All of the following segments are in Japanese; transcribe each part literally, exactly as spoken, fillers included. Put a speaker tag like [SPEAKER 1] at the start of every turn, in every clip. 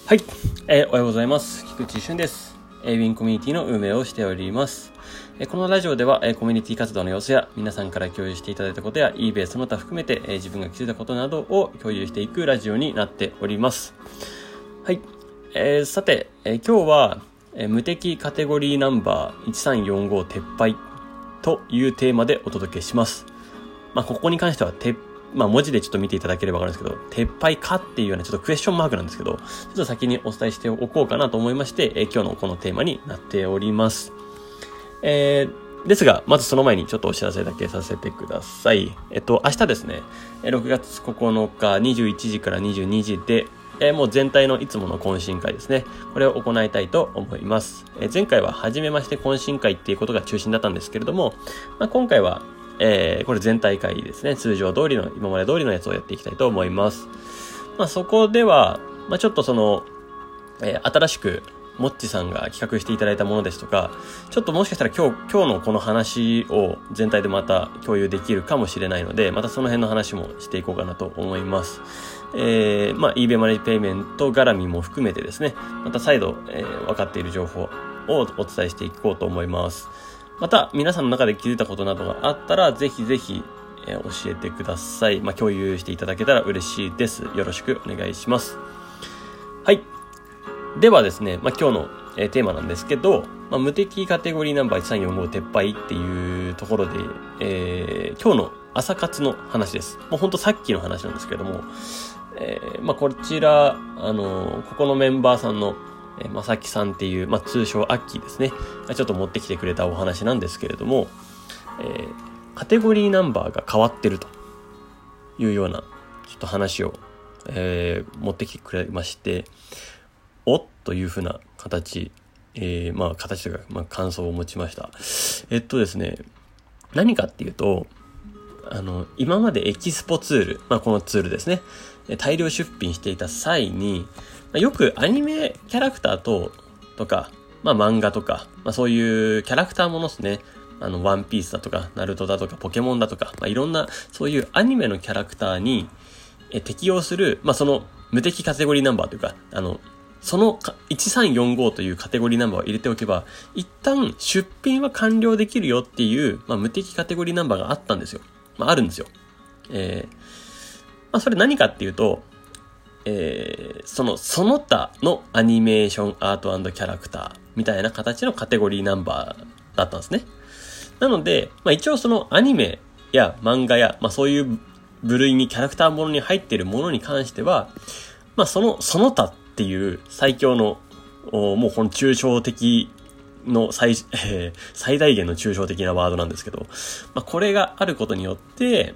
[SPEAKER 1] はい、えー、おはようございます。菊池俊です。えー、ウィンコミュニティの運営をしております。えー、このラジオでは、えー、コミュニティ活動の様子や皆さんから共有していただいたことや eBay その他含めて、えー、自分が気づいたことなどを共有していくラジオになっております。はい、えー、さて、えー、今日は、えー、無敵カテゴリーナンバーいちさんよんご撤廃というテーマでお届けします。まあ、ここに関しては撤廃まあ文字でちょっと見ていただければわかるんですけど、撤廃かっていうようなちょっとクエスチョンマークなんですけど、ちょっと先にお伝えしておこうかなと思いまして、えー、今日のこのテーマになっております。えー、ですが、まずその前にちょっとお知らせだけさせてください。えっと、明日ですね、ろくがつここのかにじゅういちじからにじゅうにじで、えー、もう全体のいつもの懇親会ですね。これを行いたいと思います。えー、前回は初めまして懇親会っていうことが中心だったんですけれども、まあ、今回はえー、これ全体会議ですね。通常通りの、今まで通りのやつをやっていきたいと思います。まあそこでは、まあちょっとその、えー、新しく、もっちさんが企画していただいたものですとか、ちょっともしかしたら今日、今日のこの話を全体でまた共有できるかもしれないので、またその辺の話もしていこうかなと思います。えー、まあ eBay マネーペイメント絡みも含めてですね、また再度、えー、分かっている情報をお伝えしていこうと思います。また、皆さんの中で気づいたことなどがあったら、ぜひぜひ、えー、教えてください。まあ、共有していただけたら嬉しいです。よろしくお願いします。はい。ではですね、まあ、今日の、えー、テーマなんですけど、まあ、無敵カテゴリーナンバーいちさんよんご撤廃っていうところで、えー、今日の朝活の話です。もうほんとさっきの話なんですけども、えー、まあ、こちら、あのー、ここのメンバーさんのえまさきさんっていう、まあ、通称アッキーですね。ちょっと持ってきてくれたお話なんですけれども、えー、カテゴリーナンバーが変わってるというような、ちょっと話を、えー、持ってきてくれまして、おっというふうな形、えー、まあ、形というか、まあ、感想を持ちました。えっとですね、何かっていうと、あの、今までエキスポツール、まあ、このツールですね、大量出品していた際に、よくアニメキャラクターと、とか、まあ漫画とか、まあそういうキャラクターものですね。あの、ワンピースだとか、ナルトだとか、ポケモンだとか、まあいろんな、そういうアニメのキャラクターに、え、適用する、まあその、無敵カテゴリーナンバーというか、あの、そのいちさんよんごというカテゴリーナンバーを入れておけば、一旦出品は完了できるよっていう、まあ無敵カテゴリーナンバーがあったんですよ。まああるんですよ。えー、まあそれ何かっていうと、えー、その、その他のアニメーションアート&キャラクターみたいな形のカテゴリーナンバーだったんですね。なので、まあ一応そのアニメや漫画や、まあそういう部類にキャラクターものに入っているものに関しては、まあその、その他っていう最強の、もうこの抽象的の最、えー、最大限の抽象的なワードなんですけど、まあこれがあることによって、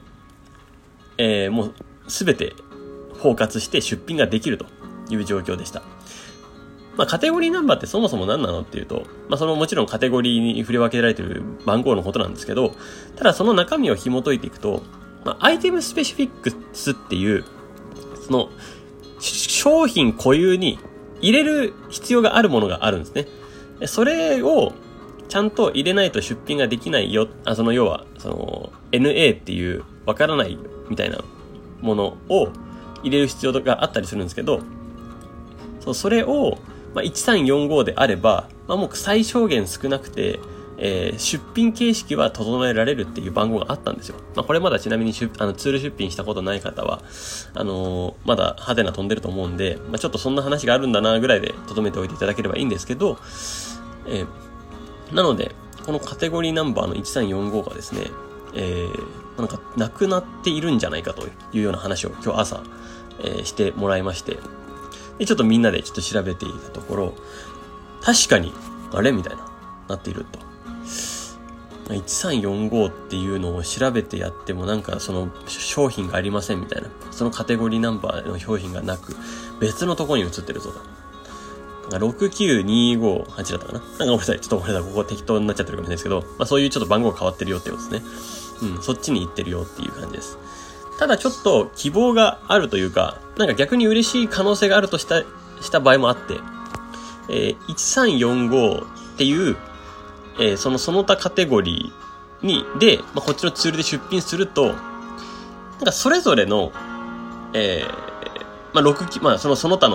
[SPEAKER 1] えー、もうすべて包括して出品ができるという状況でした。まあカテゴリーナンバーってそもそも何なのっていうと、まあそのもちろんカテゴリーに振り分けられている番号のことなんですけど、ただその中身を紐解いていくと、まあアイテムスペシフィックスっていう、その商品固有に入れる必要があるものがあるんですね。それをちゃんと入れないと出品ができないよ。あ、その要は、その エヌエー っていうわからないみたいなものを入れる必要があったりするんですけど、そう、それを、まあ、いちさんよんごであれば、まあ、もう最小限少なくて、えー、出品形式は整えられるっていう番号があったんですよ。まあ、これまだちなみにあのツール出品したことない方は、あのー、まだ派手な飛んでると思うんで、まあ、ちょっとそんな話があるんだなぐらいで留めておいていただければいいんですけど、えー、なので、このカテゴリーナンバーのいちさんよんごがですね、えー、なんかなくなっているんじゃないかというような話を今日朝、えー、してもらいまして、でちょっとみんなでちょっと調べていたところ、確かにあれみたいななっていると。いちさんよんごっていうのを調べてやってもなんかその商品がありませんみたいな、そのカテゴリーナンバーの商品がなく別のところに移ってるぞと。ろくきゅうにごはちだったかな。なんかごめんなさい、ちょっとごめんなさい、ここ適当になっちゃってるかもしれないですけど、まあそういうちょっと番号が変わってるよってことですね。うん、そっちに行ってるよっていう感じです。ただちょっと希望があるというか、なんか逆に嬉しい可能性があるとした、した場合もあって、えー、いちさんよんごっていう、えー、そのその他カテゴリーに、で、まあ、こっちのツールで出品すると、なんかそれぞれの、えー、まあ、ろく、まあ、そのその他の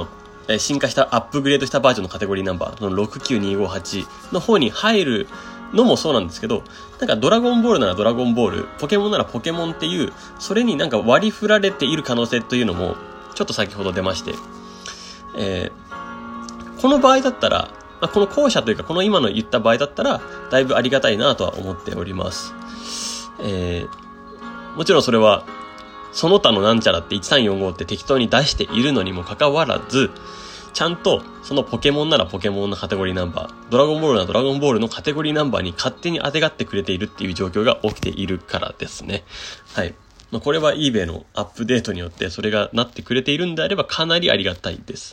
[SPEAKER 1] えー、進化したアップグレードしたバージョンのカテゴリーナンバー、そのろくきゅうにごはちの方に入るのもそうなんですけど、なんかドラゴンボールならドラゴンボール、ポケモンならポケモンっていう、それになんか割り振られている可能性というのも、ちょっと先ほど出まして、えー、この場合だったら、まあ、この後者というか、この今の言った場合だったら、だいぶありがたいなとは思っております。えー、もちろんそれは、その他のなんちゃらっていちさんよんごって適当に出しているのにもかかわらず、ちゃんとそのポケモンならポケモンのカテゴリーナンバー、ドラゴンボールならドラゴンボールのカテゴリーナンバーに勝手に当てがってくれているっていう状況が起きているからですね。はい。まあ、これは eBay のアップデートによってそれがなってくれているんであればかなりありがたいです。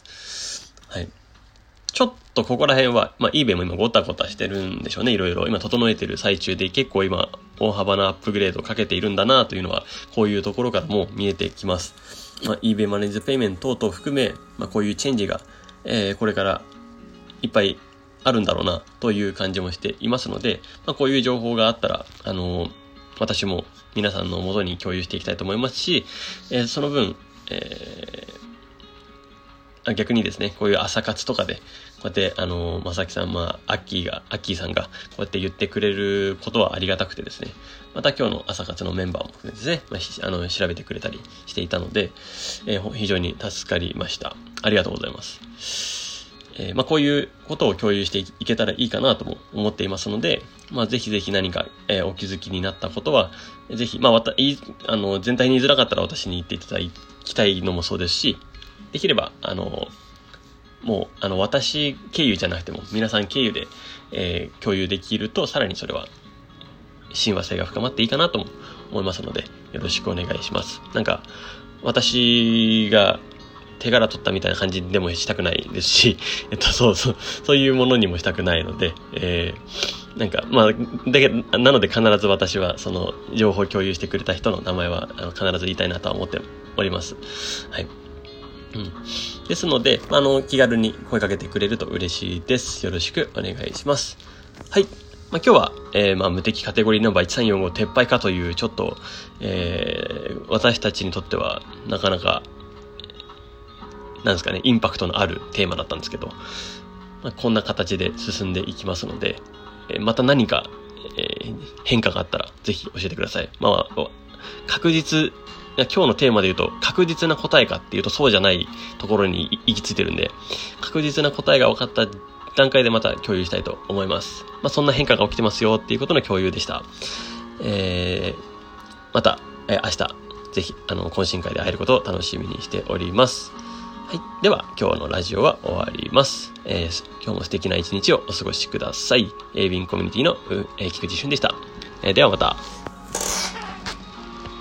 [SPEAKER 1] はい。ちょっとここら辺は、まあ eBay も今ゴタゴタしてるんでしょうね。いろいろ今整えてる最中で結構今大幅なアップグレードをかけているんだなというのはこういうところからも見えてきます。まあ eBay マネージペイメント等々含め、まあこういうチェンジがえー、これからいっぱいあるんだろうなという感じもしていますので、まあ、こういう情報があったら、あのー、私も皆さんの元に共有していきたいと思いますし、えー、その分、えー、逆にですね、こういう朝活とかで、こうやって、あのー、まさきさん、まあ、アッキーが、アッキーさんが、こうやって言ってくれることはありがたくてですね、また今日の朝活のメンバーも含めてですね、まあ、あの、調べてくれたりしていたので、えー、非常に助かりました。ありがとうございます。えー、まあ、こういうことを共有していけたらいいかなとも思っていますので、まあ、ぜひぜひ何か、えー、お気づきになったことは、ぜひ、まあ、わた、いあの、全体に言いづらかったら私に言っていただきたいのもそうですし、できれば、あの、もう、あの、私経由じゃなくても、皆さん経由で、えー、共有できると、さらにそれは、親和性が深まっていいかなとも思いますので、よろしくお願いします。なんか、私が、手柄取ったみたいな感じでもしたくないですし、えっと、そうそう、そういうものにもしたくないので、えー、なんか、まあ、だけど、なので必ず私は、その、情報を共有してくれた人の名前は、あの、必ず言いたいなとは思っております。はい。うん。ですので、あの、気軽に声かけてくれると嬉しいです。よろしくお願いします。はい。まあ、今日は、えー、まあ、無敵カテゴリーナンバーいちさんよんご撤廃かという、ちょっと、えー、私たちにとっては、なかなか、なんですかね、インパクトのあるテーマだったんですけど、まあ、こんな形で進んでいきますので、えー、また何か、えー、変化があったらぜひ教えてください。まあ、確実、今日のテーマで言うと確実な答えかっていうとそうじゃないところに行き着いてるんで、確実な答えが分かった段階でまた共有したいと思います。まあ、そんな変化が起きてますよっていうことの共有でした。えー、また、えー、明日、ぜひ、あの、懇親会で会えることを楽しみにしております。はい。では、今日のラジオは終わります。えー、今日も素敵な一日をお過ごしください。エーウィンコミュニティの、えー、菊池俊でした。えー、ではまた。